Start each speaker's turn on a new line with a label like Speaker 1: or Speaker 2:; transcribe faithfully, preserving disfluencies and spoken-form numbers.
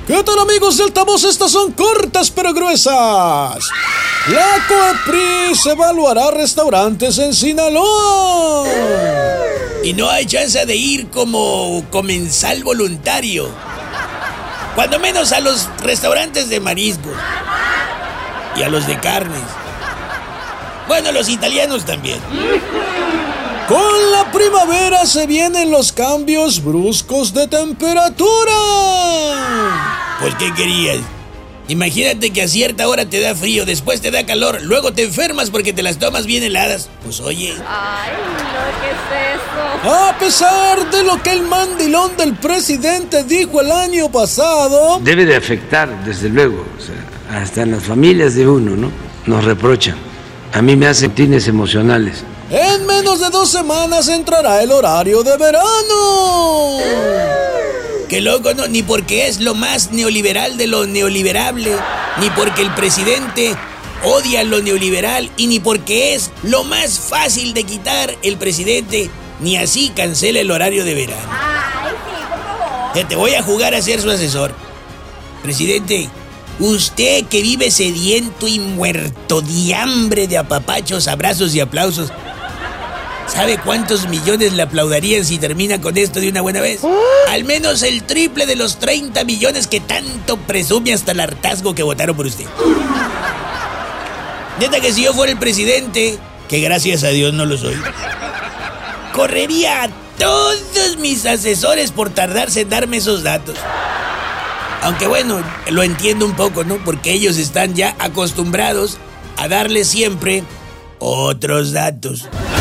Speaker 1: ¿Qué tal, amigos de Altavoz? Estas son cortas pero gruesas. La COEPRIS evaluará restaurantes en Sinaloa.
Speaker 2: Y no hay chance de ir como comensal voluntario. Cuando menos a los restaurantes de mariscos. Y a los de carnes. Bueno, los italianos también.
Speaker 1: Con la primavera se vienen los cambios bruscos de temperatura.
Speaker 2: Pues, ¿qué querías? Imagínate que a cierta hora te da frío, después te da calor, luego te enfermas porque te las tomas bien heladas. Pues oye...
Speaker 3: Ay, no, ¿qué es eso?
Speaker 1: A pesar de lo que el mandilón del presidente dijo el año pasado...
Speaker 4: Debe de afectar, desde luego, o sea, hasta en las familias de uno, ¿no? Nos reprochan. A mí me hacen tines emocionales.
Speaker 1: En menos de dos semanas entrará el horario de verano.
Speaker 2: Qué loco, ¿no? Ni porque es lo más neoliberal de lo neoliberable, ni porque el presidente odia lo neoliberal, y ni porque es lo más fácil de quitar el presidente, ni así cancela el horario de verano.
Speaker 3: Ay, sí, por favor.
Speaker 2: Ya te voy a jugar a ser su asesor. Presidente, usted que vive sediento y muerto de hambre de apapachos, abrazos y aplausos, ¿sabe cuántos millones le aplaudirían si termina con esto de una buena vez? Al menos el triple de los treinta millones que tanto presume hasta el hartazgo que votaron por usted. Neta que si yo fuera el presidente, que gracias a Dios no lo soy, correría a todos mis asesores por tardarse en darme esos datos. Aunque bueno, lo entiendo un poco, ¿no? Porque ellos están ya acostumbrados a darle siempre otros datos.